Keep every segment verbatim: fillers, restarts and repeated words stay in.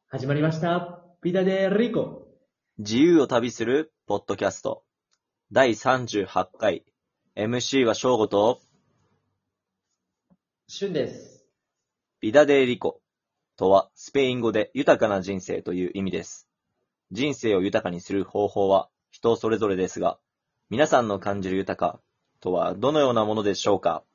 始まりました。ビダデリコ。 自由を旅するポッドキャストだいさんじゅうはちかい エムシー は翔吾とシュンです。 ビダデーリコとはスペイン語で豊かな人生という意味です。人生を豊かにする方法は人それぞれですが、皆さんの感じる豊かとはどのようなものでしょうか。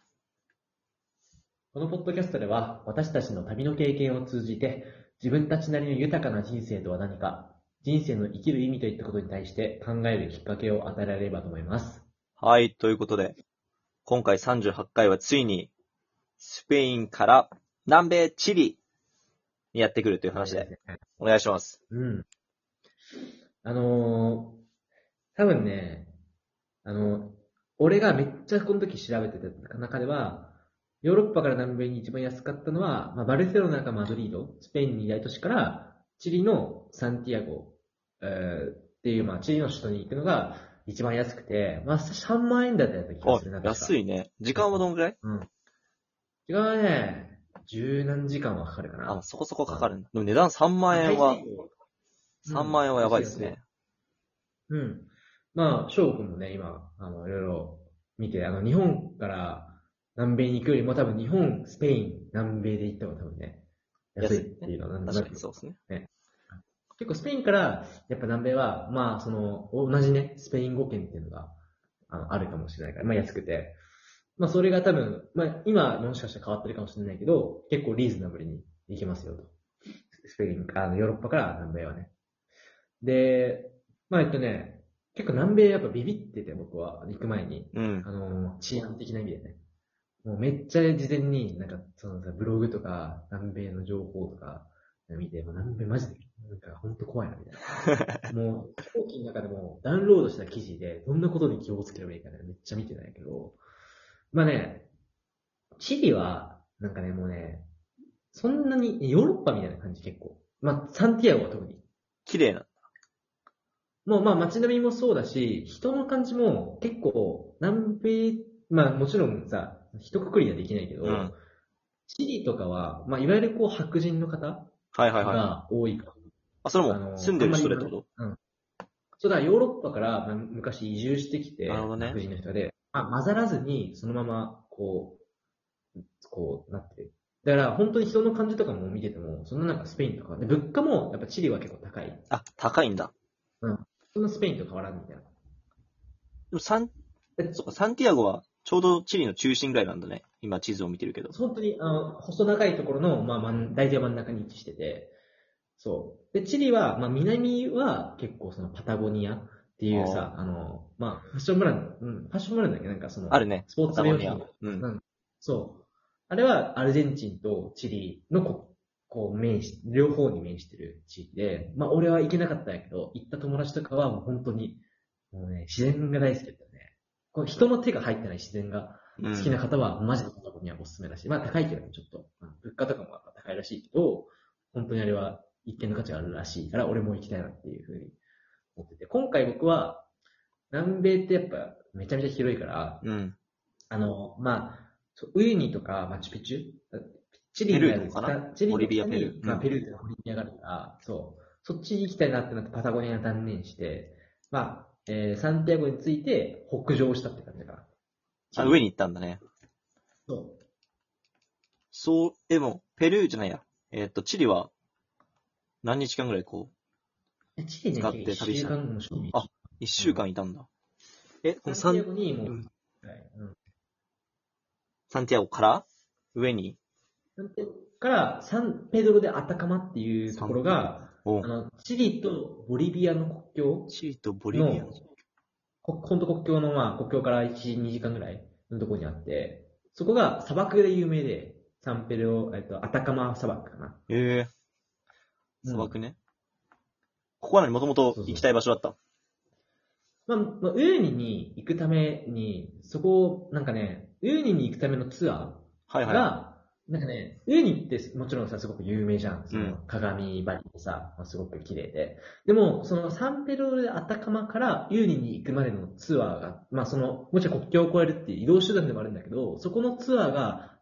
このポッドキャストでは私たちの旅の経験を通じて自分たちなりの豊かな人生とは何か、人生の生きる意味といったことに対して考えるきっかけを与えられればと思います。 はい、ということで、今回さんじゅうはちかいはついにスペインから南米チリにやってくるという話でお願いします。 うん。あのー、多分ね、あの、俺がめっちゃこの時調べてた中では、ヨーロッパから南米に一番安かったのは、まあ、バルセロナかマドリード、スペインに大都市から、チリのサンティアゴ、えーっていう、まあ、チリの首都に行くのが一番安くて、まあ、さんまん円だったような気があするな、、 安いね。時間はどんぐらい？ うん。時間はね、十何時間はかかるかな。 あ、そこそこかかるんだ。でも値段さんまん円は、さんまん円はやばいですね。 うん。まあ、翔くんもね、今、あの、いろいろ見て、あの、日本から南米に行くよりも多分日本、スペイン、南米で行った方が多分ね、安いっていうのはなんだ確かにそうですね。 ね。結構スペインからやっぱ南米は、まあ、その、同じね、スペイン語圏っていうのがあのあるかもしれないから、まあ安くて。まあそれが多分、まあ今もしかしたら変わってるかもしれないけど、結構リーズナブルに行けますよと。スペイン、あの、ヨーロッパから南米はね。で、まあえっとね、結構南米やっぱビビってて僕は行く前に、 うん。 あの、治安的な意味でね。もうめっちゃ事前になんかそのさ、ブログとか南米の情報とか見て、もう南米マジでなんか本当怖いなみたいな。もう飛行機の中でもダウンロードした記事でどんなことに気をつければいいかね、めっちゃ見てないけど、まあね、チリはなんかね、もうね、そんなにヨーロッパみたいな感じ結構。まあサンティアゴは特に。 綺麗な。 もうまあ街並みもそうだし、人の感じも結構南米、まあもちろんさ、一括りにはできないけど、 うん。 チリとかは、まあいわゆるこう白人の方はいはいはい。 が多いから、 あ、それあの、 も住んでるあんまり、 人でってこと？ うん。そうだ、ヨーロッパからまあ昔移住してきて、 なるほどね。 白人の人で、まあ混ざらずにそのままこう、こうなってる。だから本当に人の感じとかも見てても、そんななんかスペインとか、で物価もやっぱチリは結構高い。 あ、高いんだ。 うん。そんなスペインと変わらんみたいな。 でもサン、 でそっか、サンティアゴはちょうどチリの中心ぐらいなんだね。今地図を見てるけど。 本当に、あの、細長いところの、まあ、真ん大体真ん中に位置してて、そう。で、チリは、まあ、南は結構そのパタゴニアっていうさ、あの、まあ、ファッションブランド、うん、ファッションブランドだっけなんかその、 あるね。 スポーパツ用品。 タゴニア。うん。 うん。そう。あれはアルゼンチンとチリのこ、こう、面し、両方に面してる地域で、まあ、俺は行けなかったんやけど、行った友達とかはもう本当に、もうね、自然が大好きだったよね。こう人の手が入ってない自然がうん。 好きな方は、マジでパタゴニアおすすめだし、まあ高いけどね、ちょっと。物価とかも高いらしいけど、本当にあれは一見の価値があるらしいから、俺も行きたいなっていうふうに思ってて。今回僕は、南米ってやっぱめちゃめちゃ広いから、 うん。 あの、まあ、そうウユニとかマチュピチュ、チリペにあるルーとかかな？ 北、チリのボリビア、 北に、 ペルー。うまあ、 ん。 ペルーとかボリビアがあるから、そう、そっちに行きたいなってなってパタゴニア断念して、まあ、えー、サンティアゴについて北上したって感じだから。 あ、上に行ったんだね。 そう。 そう、でも、ペルーじゃないや。えーっと、チリは何日間ぐらいこえチリね、 使って旅したの？ 一週間も正味。 あ、一週間いたんだ。え、こサンティアのサン、 ゴにもう、 うん、 はいうん、 サンティアゴから上にサンティアゴからサンペドロでアタカマっていうところが、 おあの、チリとボリビアの国境チリとボリビアの。 の、こほんと国境の、まあ、国境からいち、にじかんぐらいのところにあって、そこが砂漠で有名で、サンペドロ、えっと、アタカマ砂漠かな。 ええー、砂漠ね。ここは何もともと行きたい場所だった？ まあ、まあ、ウユニに行くために、そこを、なんかね、ウユニに行くためのツアーはいはい。 が、なんかね、ウユニってもちろんさ、すごく有名じゃん。そのうん。 鏡張りでさ、すごく綺麗で。でも、そのサンペドロでアタカマからウユニに行くまでのツアーが、まあその、もちろん国境を越えるっていう移動手段でもあるんだけど、そこのツアーが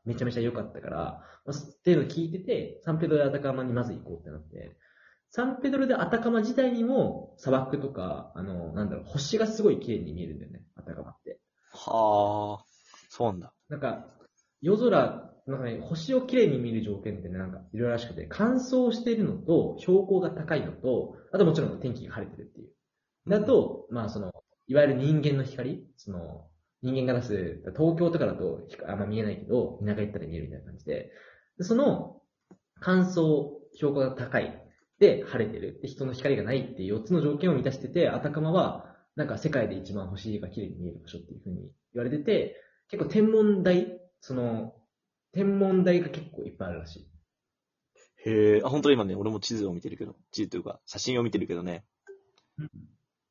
めちゃめちゃ良かったから、まあ、っていうのを聞いてて、サンペドロでアタカマにまず行こうってなって、サンペドロでアタカマ自体にも砂漠とか、あの、なんだろう、星がすごい綺麗に見えるんだよね、アタカマって。 はあ、そうなんだ。 なんか、夜空、なんかね、星を綺麗に見る条件ってね、なんかいろいろらしくて、乾燥しているのと、標高が高いのと、あともちろん天気が晴れてるっていう。だと、まあその、いわゆる人間の光、その、人間が出す、東京とかだとあんま見えないけど、田舎行ったら見えるみたいな感じで、でその、乾燥、標高が高い、で、晴れてる、で、人の光がないっていうよっつの条件を満たしてて、アタカマは、なんか世界で一番星が綺麗に見える場所っていう風に言われてて、結構天文台、その、天文台が結構いっぱいあるらしい。 へえ、あ、本当に今ね、俺も地図を見てるけど、地図というか、写真を見てるけどね、 うん、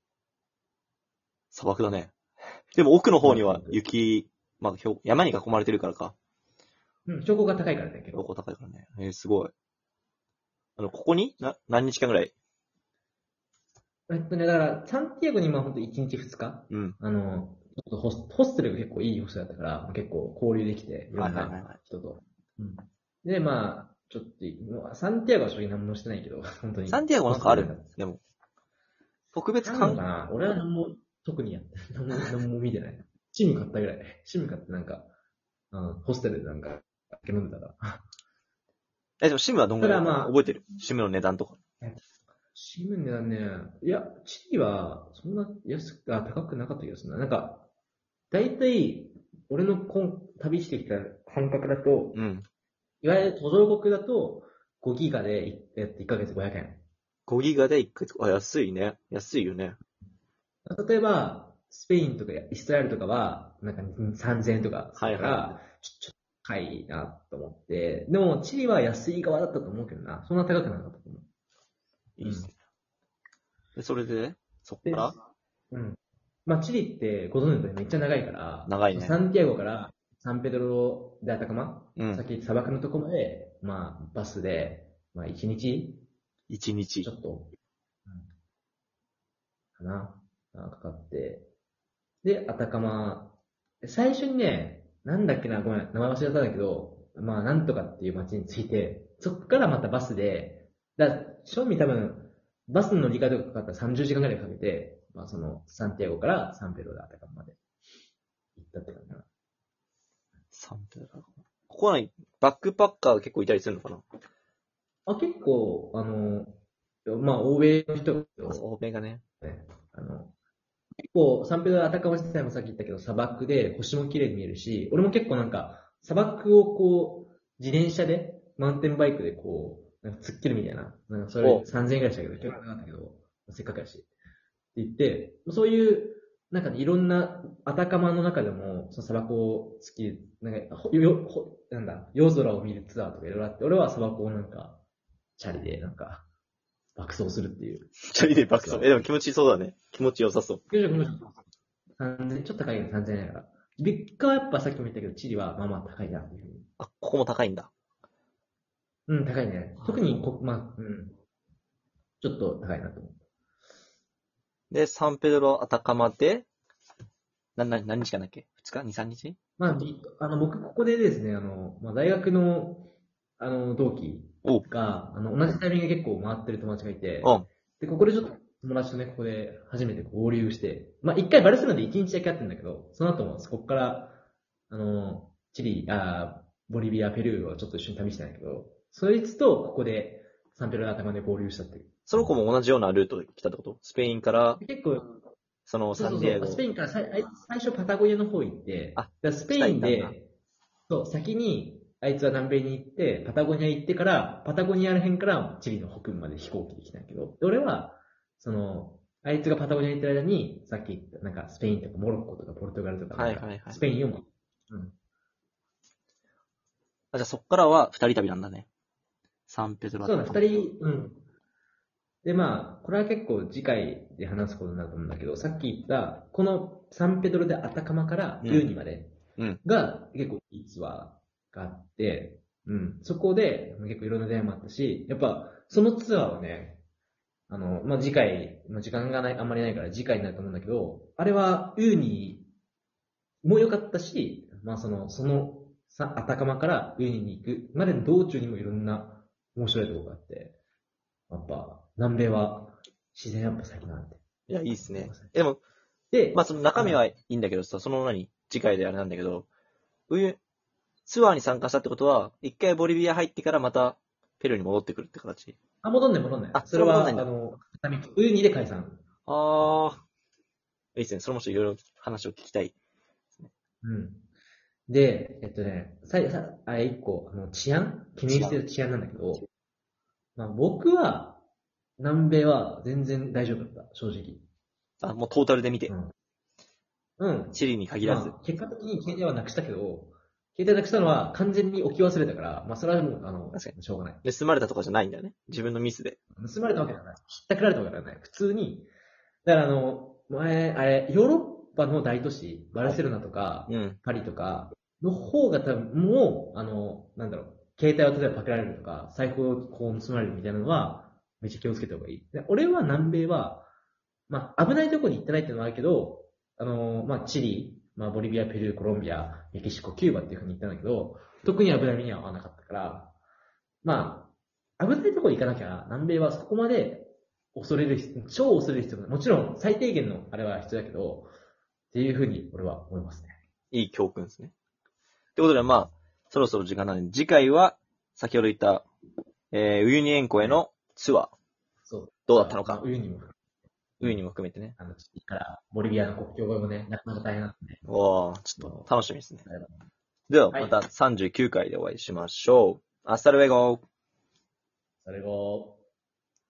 砂漠だね。でも奥の方には雪、まあ、山に囲まれてるからか。 うん、標高が高いからね、結標構。 高高いからね。えー、すごい。あの、ここにな、何日間ぐらい？ えっとね、だから、サンティアゴに今ほんといちにちふつか、 うん。 あの、ちょっとホスホステルが結構いいホステルだったから、結構交流できて、いろんはいはいはいはない人と。うん。で、まあ、ちょっと、もうサンティアゴは正直何もしてないけど、本当に。 サンティアゴなんかあるホステルだでも。特別あるのか感な俺は何も特にやって何も、何も見てない。チーム買ったぐらい。チーム買ってなんか、うん、ホステルでなんか、酒飲んでたら。 え、でもシムはどんぐらいただまあ覚えてる？シムの値段とか。 チームではね、いや、チリはそんな安く、あ、高くなかった気がするな。なんか、だいたい、俺の今旅してきた感覚だと、 うん。 いわゆる途上国だと、ごギガでいいっかげつごひゃくえん。 ごギガでいっかげつ、あ、安いね。安いよね。 例えば、スペインとかイスラエルとかは、なんかさんぜんえんとかするから、 はいはちょちょっと高いなと思って。でも、チリは安い側だったと思うけどな。そんな高くなかったと思う。 いいっすね。で、それで、そっで、 からうん。まあ、チリってご存知の通りめっちゃ長いから、 長いね。 サンティアゴからサンペドロでアタカマ、 うん。 さっき砂漠のとこまで、まあ、バスで、まあ、いちにち一日ちょ。っと、うん、かな、あかかって、で、アタカマ、最初にね、なんだっけな、ごめん、名前忘れたんだけど、まあ、なんとかっていう街に着いて、そこからまたバスで、だ正味多分、バスの乗り換えとかかかったらさんじゅうじかんぐらいかけて、まあ、その、サンティアゴからサンペドロでアタカマまで行ったって感じかな。 サンペドロ。ここは何バックパッカー結構いたりするのかな？ あ、結構、あの、まあ、欧米の人が、 欧米がね。 ね、あの、結構、サンペドロアタカマ自体もさっき言ったけど、砂漠で星も綺麗に見えるし、俺も結構なんか、砂漠をこう、自転車で、マウンテンバイクでこう、なんか突っ切るみたいな。なんかそれさんぜんえんぐらいしたけど、結構なかったけど、せっかくやし。って言って、そういう、なんかね、いろんな、アタカマの中でも、その砂漠を突き、なんか、ほよ、ほなんだ、夜空を見るツアーとかいろいろあって、俺は砂漠をなんか、チャリで、なんか、爆走するっていう。 チャリで爆走。え、でも気持ちいいそうだね。気持ちよさそう。 さんぜんちょっと高いけどさんぜんえんだから。物価はやっぱさっきも言ったけど、チリはまあまあ高いなっていうふうに。 あ、ここも高いんだ。 うん、高いね。特にこ、まあ、うん。ちょっと高いなと思う。 で、サンペドロアタカマで、な、な、何日間だっけ？ ふつ 日 ?に、さんにち？ まあ、あの、僕ここでですね、あの、まあ、大学の、あの、同期おう。 が、あの、同じタイミングで結構回ってる友達がいて、 うん。 で、ここでちょっと友達とね、ここで初めて合流して、まあ、一回バルセロナで一日だけ会ってるんだけど、その後もそこから、あの、チリ、あボリビア、ペルーをちょっと一緒に旅してたんだけど、そいつとここでサンペドロの頭で合流したっていう。 その子も同じようなルートで来たってこと？スペインから、 結構、 そのそうそうサンディエゴ。 そう、スペインからさい最初パタゴニアの方行って、 あ、 だスペイン下行ったんで、そう、先にあいつは南米に行って、パタゴニア行ってから、パタゴニアら辺からチリの北部まで飛行機で来たんだけど、で俺は、その、あいつがパタゴニアに行ってる間に、さっき言った、なんかスペインとかモロッコとかポルトガルとか、 はいはいはいスペインをも、うん。 あ、じゃあそっからは二人旅なんだね。サンペドロアそうだ、 タカマ。 二人、うん。で、まあ、これは結構次回で話すことになると思うんだけど、さっき言った、このサンペドロでアタカマからユーニまでうん。 が結構いいツアーがあって、うん。そこで結構いろんな出会いもあったし、やっぱそのツアーはね、あの、まあ、次回、まあ、時間がない、あんまりないから次回になると思うんだけど、あれはユーニも良かったし、まあその、そのさ、アタカマからウユニに行くまでの道中にもいろんな面白いところがあって、やっぱ、南米は自然やっぱ最高なんで。 いや、いいっすね。でも、 で、 まあその中身はいいんだけどさ、その何次回であれなんだけど、ウユ、ツアーに参加したってことは、一回ボリビア入ってからまたペルーに戻ってくるって形。 あ、戻んない戻んない。 あそれは、 それは戻んないんだあの、片道ウユニで解散。 ああ、いいっすね。それもちょっといろいろ話を聞きたい。 うん。で、えっとね、さい、さ、あれ一個、あの、治安記念してる治安なんだけど、まあ僕は、南米は全然大丈夫だった、正直。 あ、もうトータルで見て。 うん。うん。 チリに限らず。 まあ、結果的に携帯はなくしたけど、携帯なくしたのは完全に置き忘れたから、まあそれはもう、あの、 確かにしょうがない。 盗まれたとかじゃないんだよね。自分のミスで。 盗まれたわけではない。ひったくられたわけではない。普通に、だからあの、前、あれ、ヨーロッパの大都市、バルセロナとか、 うん。 パリとか、の方が多分、もう、あの、なんだろう、携帯を例えばパクられるとか、財布をこう盗まれるみたいなのは、めっちゃ気をつけた方がいい。で俺は南米は、まあ、危ないところに行ってないっていうのはあるけど、あの、まあ、チリ、まあ、ボリビア、ペルー、コロンビア、メキシコ、キューバっていうふうに行ったんだけど、特に危ない目には合わなかったから、まあ、危ないところに行かなきゃ、南米はそこまで恐れる必要、超恐れる必要もない。もちろん最低限のあれは必要だけど、っていうふうに俺は思いますね。 いい教訓ですね。ってことで、まあ、そろそろ時間なんで、次回は、先ほど言った、えー、ウユニ塩湖へのツアー。 そう。 どうだったのか。 ウユニも、 ウユニも含めてね。 あの、チリからボリビアの国境越えもね、なかなか大変なんでね。 おー、ちょっと楽しみですね。 はいでは、またさんじゅうきゅうかいでお会いしましょう。アスタルベゴー。 それを、